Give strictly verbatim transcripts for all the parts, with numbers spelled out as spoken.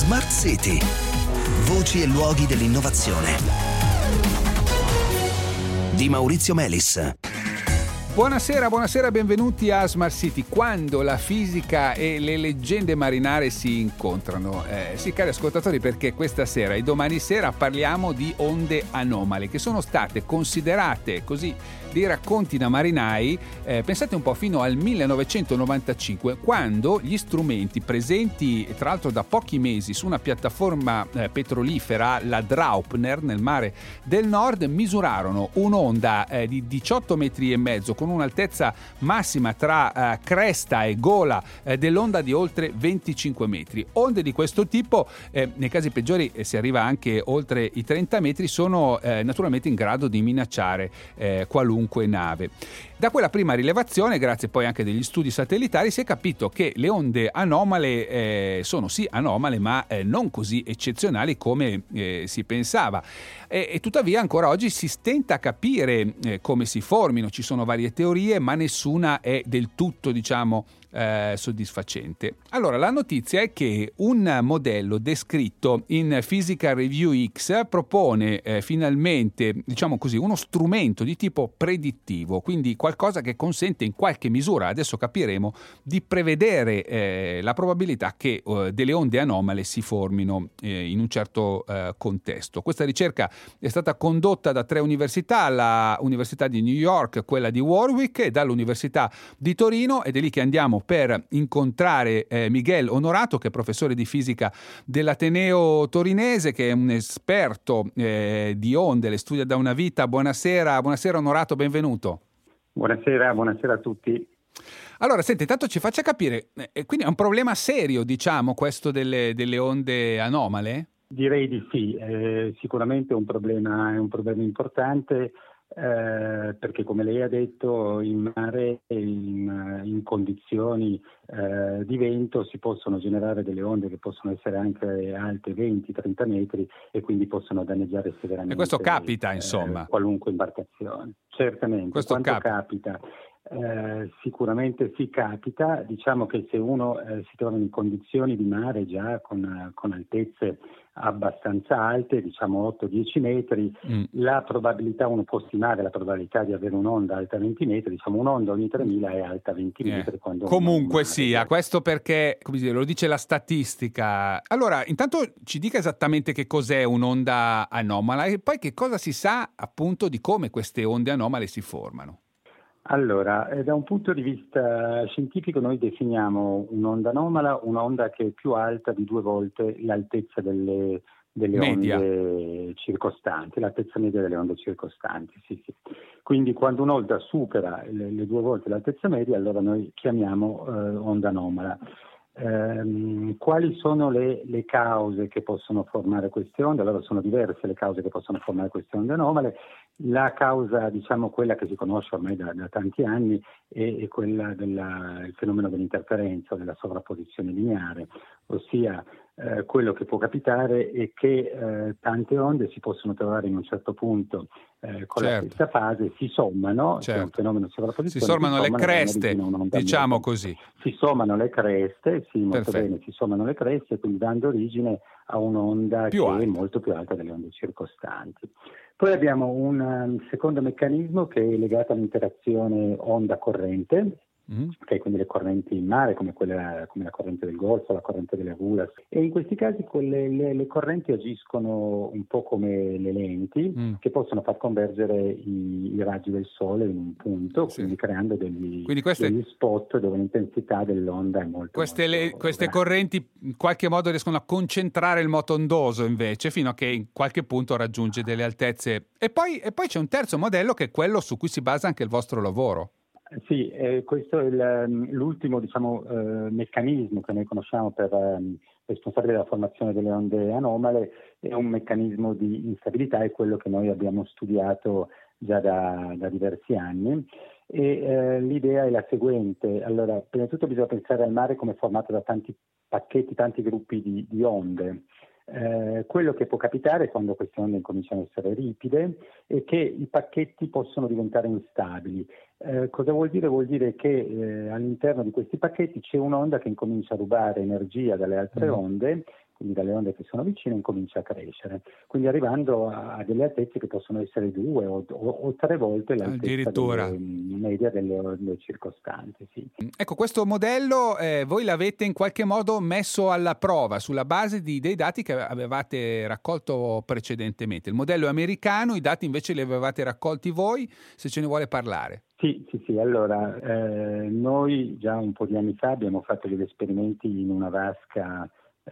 Smart City. Voci e luoghi dell'innovazione. Di Maurizio Melis. Buonasera, buonasera, benvenuti a Smart City. Quando la fisica e le leggende marinare si incontrano. Eh, sì, cari ascoltatori, perché questa sera e domani sera parliamo di onde anomale che sono state considerate così dei racconti da marinai, eh, pensate un po', fino al millenovecentonovantacinque, quando gli strumenti presenti tra l'altro da pochi mesi su una piattaforma eh, petrolifera, la Draupner, nel mare del nord, misurarono un'onda eh, di diciotto metri e mezzo con un'altezza massima tra eh, cresta e gola eh, dell'onda di oltre venticinque metri. Onde di questo tipo, eh, nei casi peggiori eh, si arriva anche oltre i trenta metri, sono eh, naturalmente in grado di minacciare eh, qualunque nave. Da quella prima rilevazione, grazie poi anche degli studi satellitari, si è capito che le onde anomale eh, sono sì anomale, ma eh, non così eccezionali come eh, si pensava. E, e tuttavia ancora oggi si stenta a capire eh, come si formino. Ci sono varie teorie, ma nessuna è del tutto, diciamo, Eh, soddisfacente. Allora, la notizia è che un modello descritto in Physical Review X propone eh, finalmente, diciamo così, uno strumento di tipo predittivo, quindi qualcosa che consente in qualche misura, adesso capiremo, di prevedere eh, la probabilità che eh, delle onde anomale si formino eh, in un certo eh, contesto. Questa ricerca è stata condotta da tre università, la Università di New York, quella di Warwick e dall'Università di Torino, ed è lì che andiamo per incontrare eh, Miguel Onorato, che è professore di fisica dell'Ateneo torinese, che è un esperto eh, di onde, le studia da una vita. Buonasera, buonasera Onorato, benvenuto. Buonasera, buonasera a tutti. Allora, senti, intanto ci faccia capire, eh, quindi è un problema serio, diciamo, questo delle, delle onde anomale? Direi di sì, eh, sicuramente è un problema, è un problema importante. Eh, perché, come lei ha detto, in mare e in, in condizioni eh, di vento si possono generare delle onde che possono essere anche alte venti trenta metri e quindi possono danneggiare severamente. E questo capita, eh, insomma. Qualunque imbarcazione. Certamente, questo quanto cap- capita? Eh, sicuramente sì, capita. Diciamo che se uno eh, si trova in condizioni di mare già con, con altezze abbastanza alte, diciamo otto dieci metri, mm. la probabilità, uno può stimare la probabilità di avere un'onda alta venti metri, diciamo un'onda ogni tremila è alta venti eh. metri. Quando Comunque sia, sì, questo perché, come dire, lo dice la statistica. Allora, intanto ci dica esattamente che cos'è un'onda anomala e poi che cosa si sa appunto di come queste onde anomale si formano. Allora, eh, da un punto di vista scientifico noi definiamo un'onda anomala un'onda che è più alta di due volte l'altezza delle, delle onde circostanti, l'altezza media delle onde circostanti, sì, sì. Quindi quando un'onda supera le, le due volte l'altezza media, allora noi chiamiamo eh, onda anomala. Eh, quali sono le, le cause che possono formare queste onde? Allora sono diverse le cause che possono formare queste onde anomale. La causa, diciamo quella che si conosce ormai da, da tanti anni, è, è quella del fenomeno dell'interferenza o della sovrapposizione lineare, ossia eh, quello che può capitare è che eh, tante onde si possono trovare in un certo punto eh, con certo. la stessa fase, si sommano, certo. c'è un fenomeno di sovrapposizione. Si sommano le creste, diciamo così. Si sommano le creste, sì, molto Perfetto. bene, si sommano le creste, quindi dando origine a un'onda più che alta. È molto più alta delle onde circostanti. Poi abbiamo un um, secondo meccanismo che è legato all'interazione onda-corrente, mm-hmm. okay, quindi le correnti in mare come, quella, come la corrente del Golfo, la corrente delle Agulas, e in questi casi quelle, le, le correnti agiscono un po' come le lenti mm. che possono far convergere i, i raggi del Sole in un punto, sì. quindi creando degli, quindi queste, degli spot dove l'intensità dell'onda è molto queste, molto le, queste correnti in qualche modo riescono a concentrare il moto ondoso invece fino a che in qualche punto raggiunge delle altezze. E poi, e poi c'è un terzo modello che è quello su cui si basa anche il vostro lavoro. Sì, eh, questo è il, l'ultimo diciamo, eh, meccanismo che noi conosciamo per eh, responsabile della formazione delle onde anomale. È un meccanismo di instabilità, è quello che noi abbiamo studiato già da, da diversi anni. E eh, l'idea è la seguente. Allora, prima di tutto bisogna pensare al mare come formato da tanti pacchetti, tanti gruppi di, di onde. Eh, quello che può capitare quando queste onde incominciano a essere ripide è che i pacchetti possono diventare instabili. Eh, cosa vuol dire? Vuol dire che eh, all'interno di questi pacchetti c'è un'onda che incomincia a rubare energia dalle altre onde quindi dalle onde che sono vicine, incomincia a crescere, quindi arrivando a, a delle altezze che possono essere due o, o, o tre volte l'altezza delle, media delle onde circostanti. Sì. Ecco, questo modello eh, voi l'avete in qualche modo messo alla prova sulla base di, dei dati che avevate raccolto precedentemente. Il modello è americano, i dati invece li avevate raccolti voi, se ce ne vuole parlare. Sì, sì, sì. Allora, eh, noi già un po' di anni fa abbiamo fatto degli esperimenti in una vasca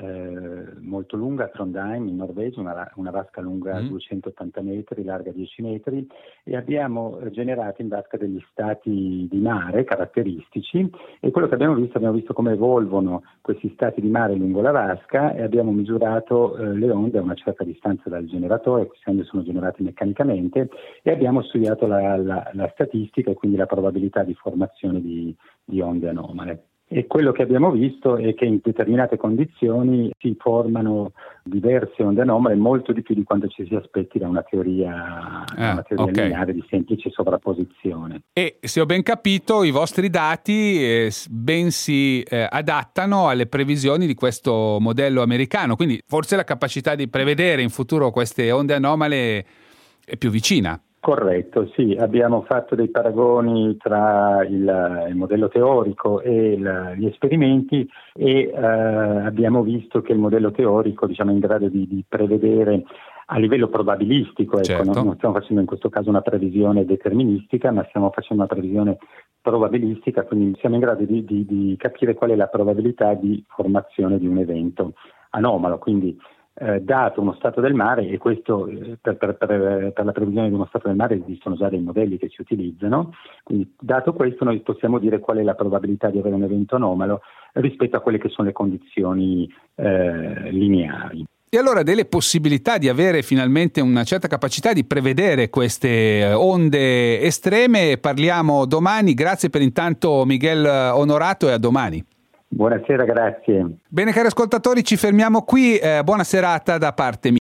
eh, molto lunga a Trondheim, in Norvegia, una, una vasca lunga mm. duecentottanta metri, larga dieci metri, e abbiamo generato in vasca degli stati di mare caratteristici, e quello che abbiamo visto, abbiamo visto come evolvono questi stati di mare lungo la vasca, e abbiamo misurato eh, le onde a una certa distanza dal generatore. Queste onde sono generate meccanicamente, e abbiamo studiato la, la, la statistica e quindi la probabilità di formazione di, di onde anomale. E quello che abbiamo visto è che in determinate condizioni si formano diverse onde anomale, molto di più di quanto ci si aspetti da una teoria, ah, una teoria okay. lineare di semplice sovrapposizione. E se ho ben capito, i vostri dati eh, ben si eh, adattano alle previsioni di questo modello americano, quindi forse la capacità di prevedere in futuro queste onde anomale è più vicina. Corretto, sì, abbiamo fatto dei paragoni tra il, il modello teorico e il, gli esperimenti, e eh, abbiamo visto che il modello teorico, diciamo, è in grado di, di prevedere a livello probabilistico, ecco, certo. non, non stiamo facendo in questo caso una previsione deterministica, ma stiamo facendo una previsione probabilistica, quindi siamo in grado di, di, di capire qual è la probabilità di formazione di un evento anomalo, quindi Eh, dato uno stato del mare, e questo eh, per, per, per, per la previsione di uno stato del mare esistono già dei modelli che si utilizzano, quindi dato questo noi possiamo dire qual è la probabilità di avere un evento anomalo rispetto a quelle che sono le condizioni eh, lineari. E allora delle possibilità di avere finalmente una certa capacità di prevedere queste onde estreme parliamo domani. Grazie per intanto Miguel Honorato, e a domani. Buonasera, grazie. Bene cari ascoltatori, ci fermiamo qui, eh, buona serata da parte mia.